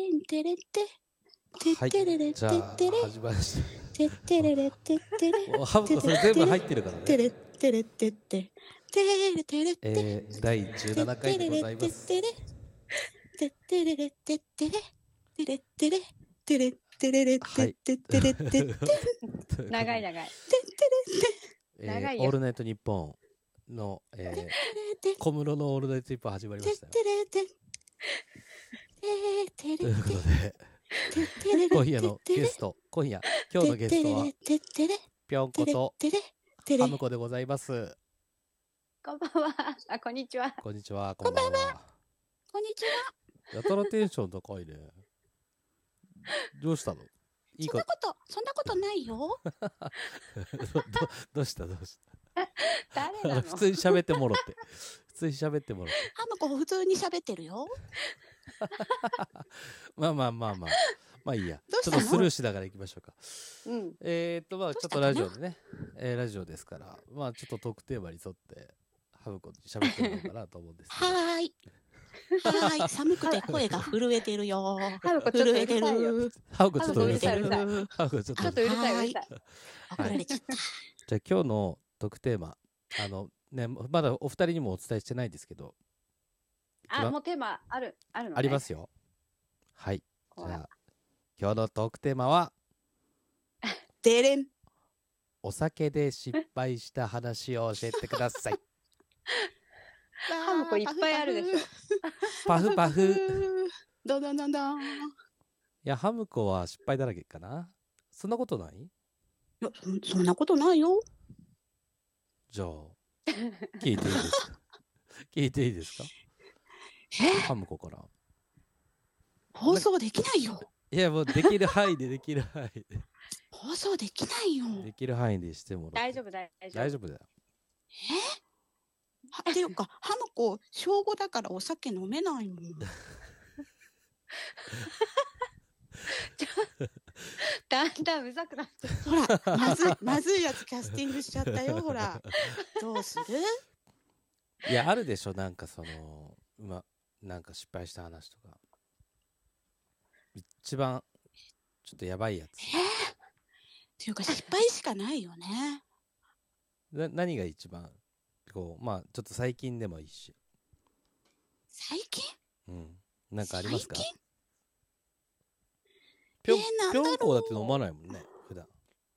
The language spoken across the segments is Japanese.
んてれって、 はい、 てれれじゃあてれ、 始まりましててれれてれ、 た。ハムコそれ全部入ってるからね。 てれてれてて、てれてれて、 第17回でございます。 ててれれててれ、てれてれ、てれてれれてててれてて、 長い。長いよ。 オールナイトニッポンの、小室のオールナイトニッポン始まりましたよ。ということで、今夜のゲスト、今日のゲストは、ぴょんことハムコでございます。 こんばんは。あ、こんにちは。 こんにちは、こんばんは。 こんにちは。 やたらテンション高いね。どうしたの？いいかそんなことないよ。 どうした誰なの？ 普通に喋ってもろって。 ハムコ普通に喋ってるよ。 まあいいや。ちょっとどうしたの？ スルーしながら行きましょうか。 うん。 まあちょっとラジオでね、ラジオですから、まあちょっとトークテーマに沿ってハムコに喋ってもらおうかなと思うんですけど。 はーい。寒くて声が震えてるよ。 ハムコちょっとうるさいよ。 ハムコちょっとうるさい。 うるさい。 ハムコちょっとちょっとうるさい。 怒られちゃった。 じゃあ今日のトークテーマ、ね、まだお二人にもお伝えしてないですけど。 あ、もうテーマあるのね。 ありますよ。はい。じゃあ今日のトークテーマはでれん。 お酒で失敗した話を教えてください。 ハムコいっぱいあるでしょ。 パフパフ。 どんどんどんどん。 いや、ハムコは失敗だらけかな。そんなことない？ いや、そんなことないよ。 じゃあ聞いていいですか？聞いていいですか？ハムコから。 放送できないよ。 いや、もうできる範囲で放送できないよ。 できる範囲でしてもらって。 大丈夫だよ。 っていうか、ハムコ小5だからお酒飲めないもん。 だんだんうざくなってほら、まずいやつキャスティングしちゃったよ。ほら、どうする？ いや、あるでしょ。なんかなんか失敗した話とか。一番ちょっとやばいやつ。 っていうか失敗しかないよね。 何が一番まあちょっと最近でもいいし。 最近？ なんかありますか？ ぴょんこだって飲まないもんね、普段。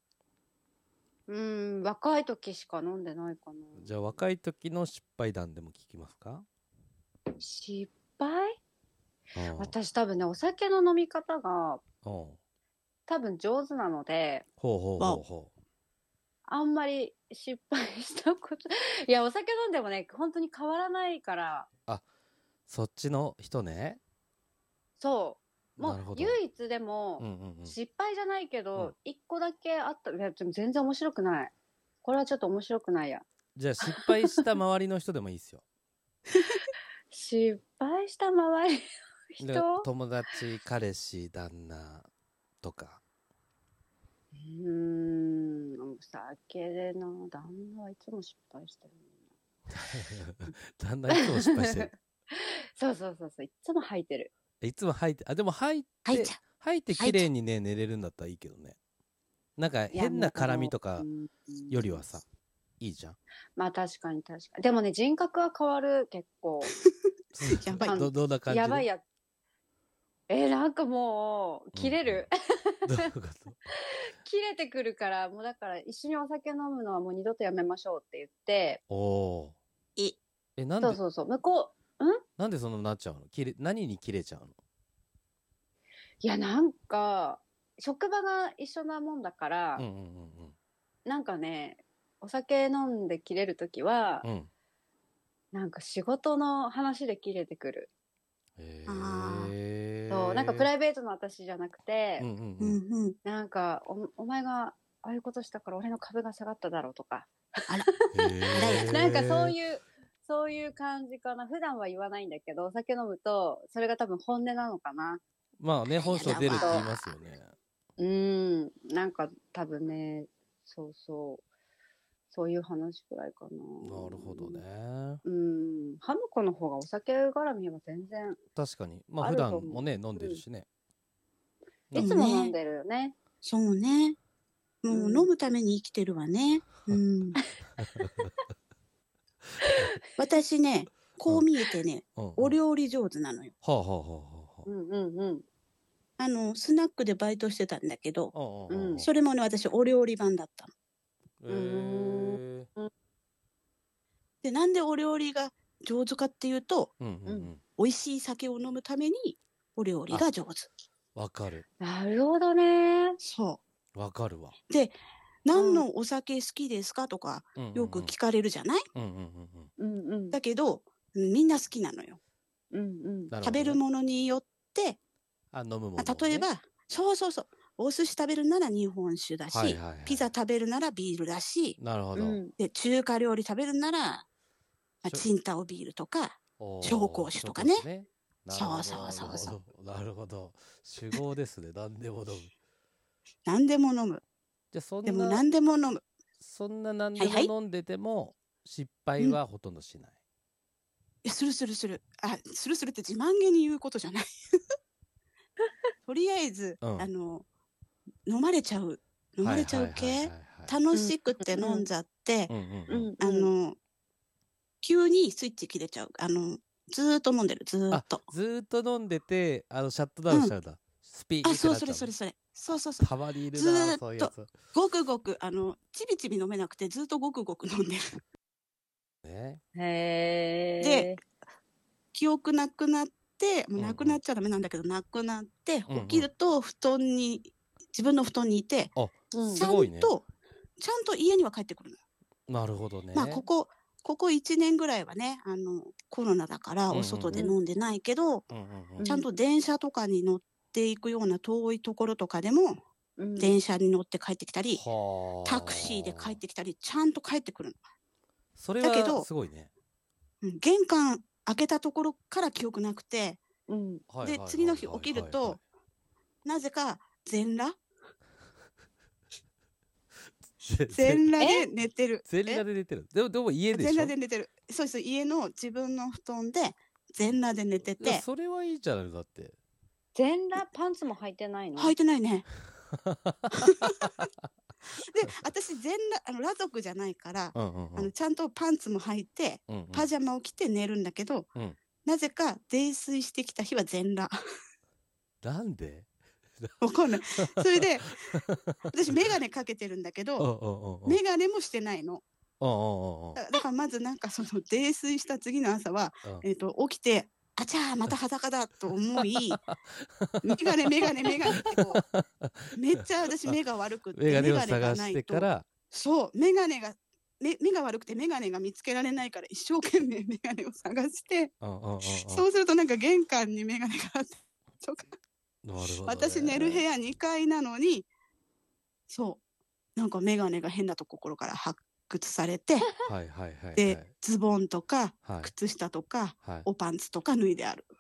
若い時しか飲んでないかな。 じゃあ若い時の失敗談でも聞きますか？ 失敗？私多分ね、お酒の飲み方が多分上手なので、あんまり失敗したこといや、お酒飲んでもね、本当に変わらないから。 あ、そっちの人ね。 そう、もう唯一でも失敗じゃないけど、一個だけあった。いや、でも全然面白くない。これはちょっと面白くないや。 じゃあ失敗した周りの人でもいいですよ。 失敗した周りの人？ 友達、彼氏、旦那とか。 お酒でな、旦那はいつも失敗してる旦那いつも失敗してる。 そう、いつも吐いてる。 いつも吐いて、でも吐いて綺麗にね、寝れるんだったらいいけどね。なんか変な絡みとかよりはさ、いいじゃん。 まあ確かに。でもね、人格は変わる、結構。 やばい。 どんな感じ？ やばいや。なんかもう、切れる。 どういうこと？ 切れてくるから、もうだから一緒にお酒飲むのはもう二度とやめましょうって言って。 なんで？ そう、向こう、 なんでそんななっちゃうの？何に切れちゃうの？ いや、なんか、職場が一緒なもんだから、なんかね、お酒飲んで切れるときは、なんか仕事の話で切れてくる。そう、なんかプライベートの私じゃなくて、なんかお前がああいうことしたから俺の株が下がっただろうとか。なんかそういう感じかな。普段は言わないんだけど、お酒飲むとそれが多分本音なのかな。 まあね、本性出るって言いますよね。 なんか多分ね、そういう話くらいかな。 なるほどね。 ハムコの方がお酒絡みは全然。 確かに。まあ普段もね、飲んでるしね。 いつも飲んでるよね。 そうね。もう飲むために生きてるわね。私ね、こう見えてね、お料理上手なのよ。スナックでバイトしてたんだけど、それもね、私お料理番だったの。で、なんでお料理が上手かっていうと、美味しい酒を飲むためにお料理が上手。 わかる。 なるほどね。 そう。 わかるわ。 で、何のお酒好きですかとかよく聞かれるじゃない？だけどみんな好きなのよ。食べるものによって飲むもの、 例えばそうお寿司食べるなら日本酒だし、ピザ食べるならビールだし、 なるほど。 で中華料理食べるならチンタオビールとか紹興酒とかね。そう。 なるほど。酒豪ですね。何でも飲む。 何でも飲む。 じゃそんなでも何でも飲む。 そんな何でも飲んでても失敗はほとんどしない。 する。するって自慢げに言うことじゃない。とりあえず、飲まれちゃう系、楽しくて飲んじゃって、急にスイッチ切れちゃう。ずーっと飲んでる、ずーっと。 ずーっと飲んでて、シャットダウンしちゃうんだ。スピーッってなっちゃう。 それ。そう。 たまにいるな、そういうやつ。 ごくごく、ちびちび飲めなくて、ずっとごくごく飲んでる。で、記憶なくなって、もうなくなっちゃダメなんだけど、なくなって、起きると自分の布団にいて、ちゃんと家には帰ってくるの。なるほどね。 まあ、ここ1年ぐらいはね、コロナだからお外で飲んでないけど、ちゃんと電車とかに乗っていくような遠いところとかでも、電車に乗って帰ってきたり、タクシーで帰ってきたり、ちゃんと帰ってくるの。 それはすごいね。 玄関開けたところから記憶なくて、で、次の日起きると、なぜか全裸で寝てる。 全裸で寝てる。でも家でしょ？ 全裸で寝てる。そうです。家の自分の布団で全裸で寝てて。 それはいいじゃないだって。 全裸パンツも履いてないの？ 履いてないね。で、私全裸裸族じゃないから、ちゃんとパンツも履いて、パジャマを着て寝るんだけど、なぜか泥酔してきた日は全裸。 なんで？ わかんない。それで、私メガネかけてるんだけど、メガネもしてないの。だからまずなんかその泥酔した次の朝は、起きて、あちゃーまた裸だと思い、メガネってこう、めっちゃ私目が悪くて、 メガネを探してから、 そう、目が悪くてメガネが見つけられないから一生懸命メガネを探して、そうするとなんか玄関にメガネがあってとか。 なるほどね、 私寝る部屋2階なのに、そうなんか眼鏡が変なところから発掘されて、でズボンとか靴下とか、おパンツとか脱いである。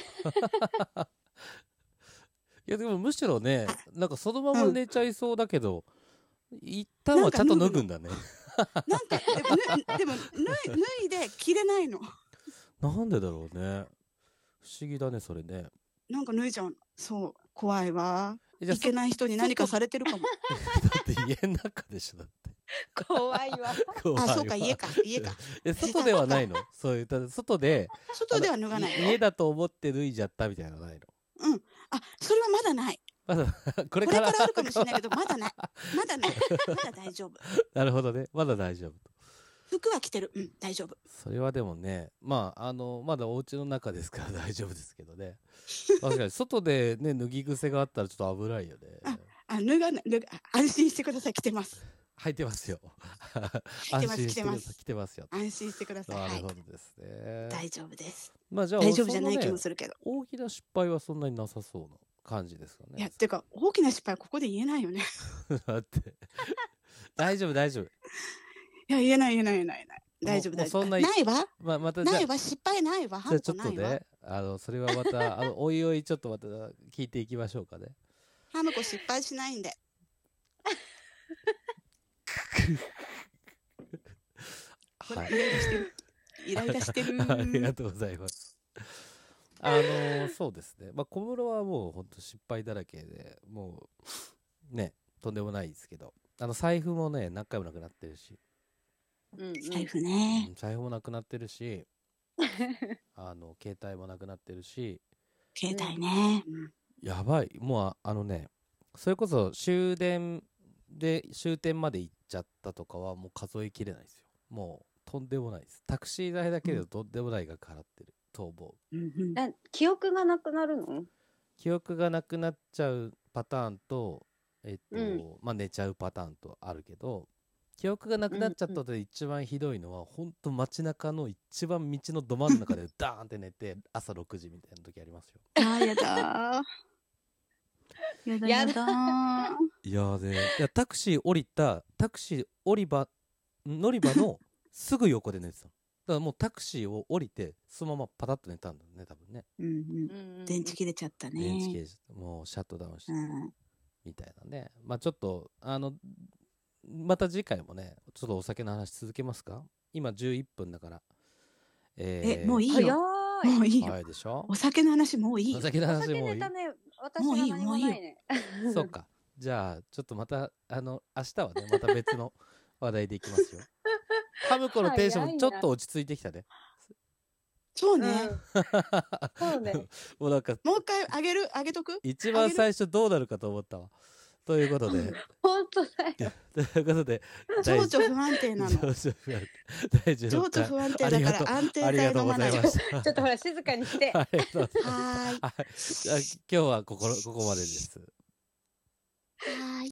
いやでもむしろね、なんかそのまま寝ちゃいそうだけど、一旦はちゃんと脱ぐんだね。 なんかでも脱いで着れないの。 なんでだろうね。不思議だねそれね。 なんか脱いじゃうの。そう怖いわ。いけない人に何かされてるかも。だって家の中でしょだって。 怖いわ。 あ、そうか家か。 外ではないの？そういう外では脱がない。 家だと思って脱いじゃったみたいなのないの？ あ、それはまだない。 まだこれからあるかもしれないけどまだない。まだ大丈夫。 なるほどね。まだ大丈夫。 服は着てる。大丈夫。 それはでもね、まあまだお家の中ですから大丈夫ですけどね。確かに外でね脱ぎ癖があったらちょっと危ないよね。 脱がない。安心してください。着てます。 履いてますよ。 安心してください。 着てますよ。 安心してください。 なるほどですね。 大丈夫です。 まあじゃあ大丈夫じゃない気もするけど。 大きな失敗はそんなになさそうな感じですかね。 いやっていうか大きな失敗はここで言えないよね。 だって大丈夫。いや言えない。大丈夫。ないわ。 またないわ。失敗ないわ。 じゃあちょっとね、それはまたおいおいちょっとまた聞いていきましょうかね。 ハムコ失敗しないんで。 はい。 イライラしてる。 ありがとうございます。 そうですね。まあ小室はもう本当失敗だらけで、もうね、とんでもないですけど、財布もね、何回もなくなってるし。 財布ね。 財布もなくなってるし、携帯もなくなってるし。 携帯ね。 やばい。もうね、それこそ終点まで行っちゃったとかはもう数えきれないですよ。もうとんでもないです。タクシー代だけでとんでもない額払ってると思う。 記憶がなくなるの？ 記憶がなくなっちゃうパターンと、まあ寝ちゃうパターンとあるけど、記憶がなくなっちゃったので一番ひどいのは、本当街中の一番道のど真ん中でダーンって寝て朝6時みたいな時ありますよ。 やだやだ。 いやタクシー降り場乗り場のすぐ横で寝てたの。だからもうタクシーを降りてそのままパタッと寝たんだね、多分ね。 電池切れちゃったね。 電池切れちゃった。もうシャットダウンして、みたいなね。まあちょっとまた次回もね、ちょっとお酒の話続けますか？今11分だから。 もういいよ。もういいよ。 早いでしょ？ お酒の話もういいよ。 お酒の話もういい。 もういいよ、もういいよ。 そうか。じゃあちょっとまた明日はね、また別の話題でいきますよ。ハムコのテンションちょっと落ち着いてきたね。 そうね。 そうね。 もう一回あげとく？ 一番最初どうなるかと思ったわ。ということで。 本当だよ。 ということで。 情緒不安定なの。情緒不安定だから安定剤飲まないよ。 ちょっとほら静かにして。 はい。今日はここまでです。 はい。